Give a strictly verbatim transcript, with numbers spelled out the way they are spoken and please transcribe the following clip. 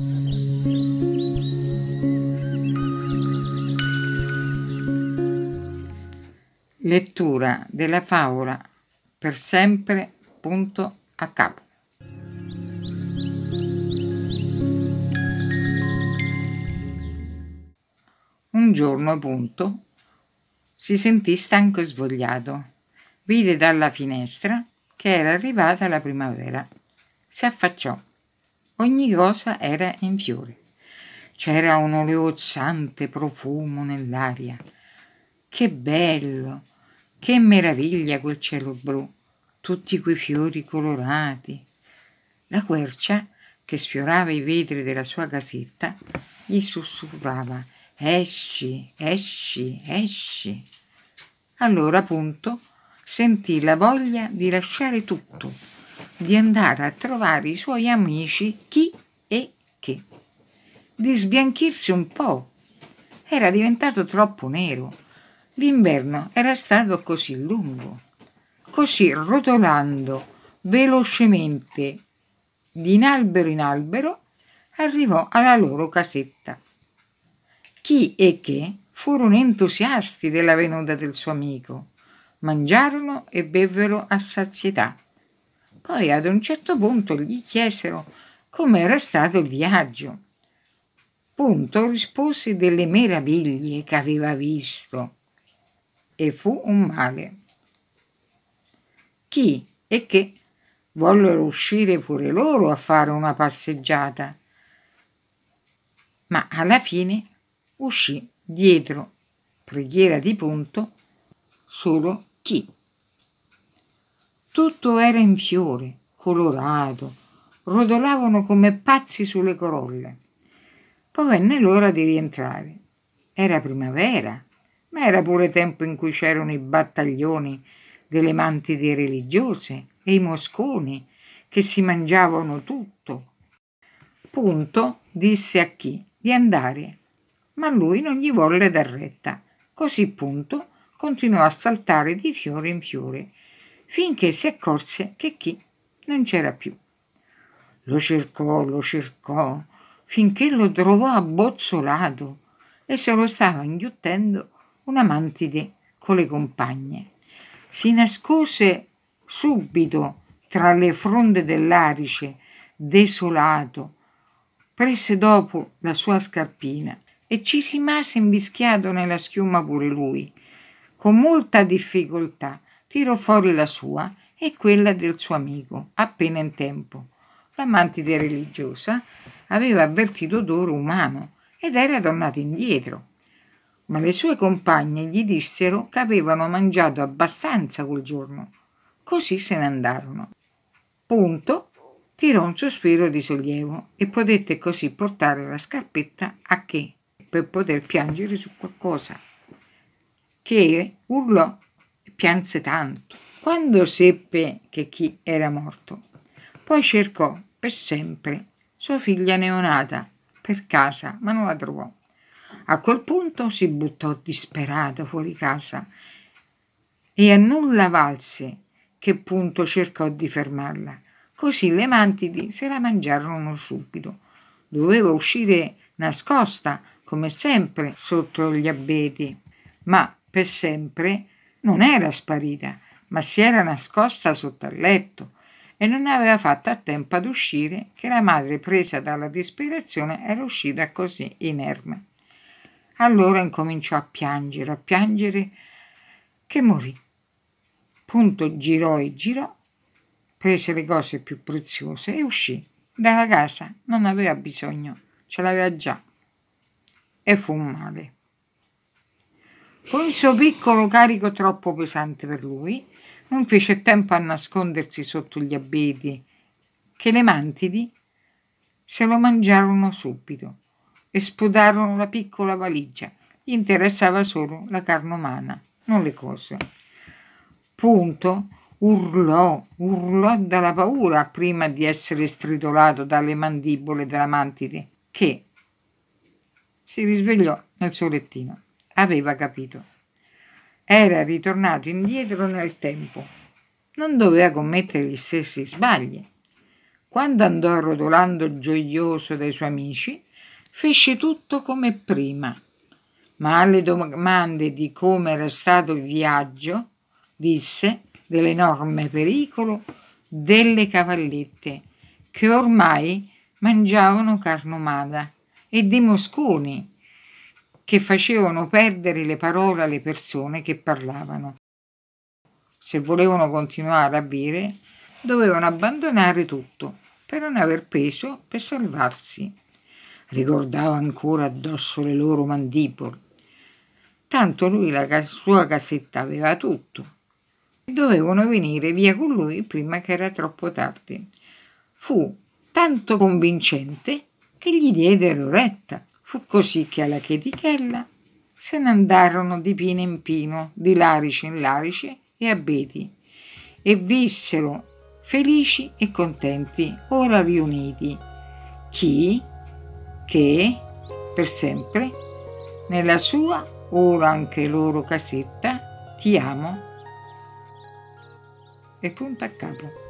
Lettura della favola Per sempre, punto a capo. Un giorno, punto, si sentì stanco e svogliato. Vide dalla finestra che era arrivata la primavera. Si affacciò. Ogni cosa era in fiore. C'era un oleozzante profumo nell'aria. Che bello! Che meraviglia quel cielo blu! Tutti quei fiori colorati. La quercia, che sfiorava i vetri della sua casetta, gli sussurrava: esci, esci, esci. Allora, appunto, sentì la voglia di lasciare tutto, di andare a trovare i suoi amici chi e che, di sbianchirsi un po'. Era diventato troppo nero. L'inverno era stato così lungo. Così, rotolando velocemente di in albero in albero, arrivò alla loro casetta. Chi e che furono entusiasti della venuta del suo amico. Mangiarono e bevvero a sazietà. Poi ad un certo punto gli chiesero com'era stato il viaggio. Punto rispose delle meraviglie che aveva visto. E fu un male. Chi e che vollero uscire pure loro a fare una passeggiata, ma alla fine uscì dietro preghiera di Punto solo Chi. Tutto era in fiore, colorato, rotolavano come pazzi sulle corolle. Poi venne l'ora di rientrare. Era primavera, ma era pure tempo in cui c'erano i battaglioni delle mantide religiose e i mosconi che si mangiavano tutto. Punto disse a Chi di andare, ma lui non gli volle dar retta. Così Punto continuò a saltare di fiore in fiore, finché si accorse che Chi non c'era più. Lo cercò, lo cercò, finché lo trovò abbozzolato e se lo stava inghiottendo una mantide con le compagne. Si nascose subito tra le fronde dell'arice, desolato, prese dopo la sua scarpina e ci rimase invischiato nella schiuma pure lui. Con molta difficoltà tirò fuori la sua e quella del suo amico, appena in tempo. La mantide religiosa aveva avvertito odore umano ed era tornata indietro, ma le sue compagne gli dissero che avevano mangiato abbastanza quel giorno, così se ne andarono. Punto tirò un sospiro di sollievo e potette così portare la scarpetta a Che per poter piangere su qualcosa. Che urlò e pianse tanto quando seppe che Chi era morto. Poi cercò per sempre sua figlia neonata per casa, ma non la trovò. A quel punto si buttò disperata fuori casa e a nulla valse che Punto cercò di fermarla. Così le mantidi se la mangiarono subito. Doveva uscire nascosta, come sempre, sotto gli abeti, ma per sempre non era sparita, ma si era nascosta sotto al letto e non aveva fatto a tempo ad uscire che la madre, presa dalla disperazione, era uscita così inerme. Allora incominciò a piangere, a piangere, che morì. Punto girò e girò, prese le cose più preziose e uscì. Dalla casa non aveva bisogno, ce l'aveva già. E fu un male. Con il suo piccolo carico troppo pesante per lui, non fece tempo a nascondersi sotto gli abeti, che le mantidi se lo mangiarono subito e sputarono la piccola valigia. Gli interessava solo la carne umana, non le cose. Punto urlò, urlò dalla paura prima di essere stritolato dalle mandibole della mantide, che si risvegliò nel suo lettino. Aveva capito. Era ritornato indietro nel tempo. Non doveva commettere gli stessi sbagli. Quando andò rotolando gioioso dai suoi amici, fece tutto come prima, ma alle domande di come era stato il viaggio, disse dell'enorme pericolo delle cavallette, che ormai mangiavano carne umana, e dei mosconi, che facevano perdere le parole alle persone che parlavano. Se volevano continuare a bere, dovevano abbandonare tutto per non aver peso per salvarsi. Ricordava ancora addosso le loro mandibole. Tanto lui la sua casetta aveva tutto. Dovevano venire via con lui prima che era troppo tardi. Fu tanto convincente che gli diedero retta. Fu così che alla chetichella se ne andarono di pino in pino, di larice in larice e abeti, e vissero felici e contenti, ora riuniti, chi che per sempre nella sua, ora anche loro casetta, ti amo, e punto a capo.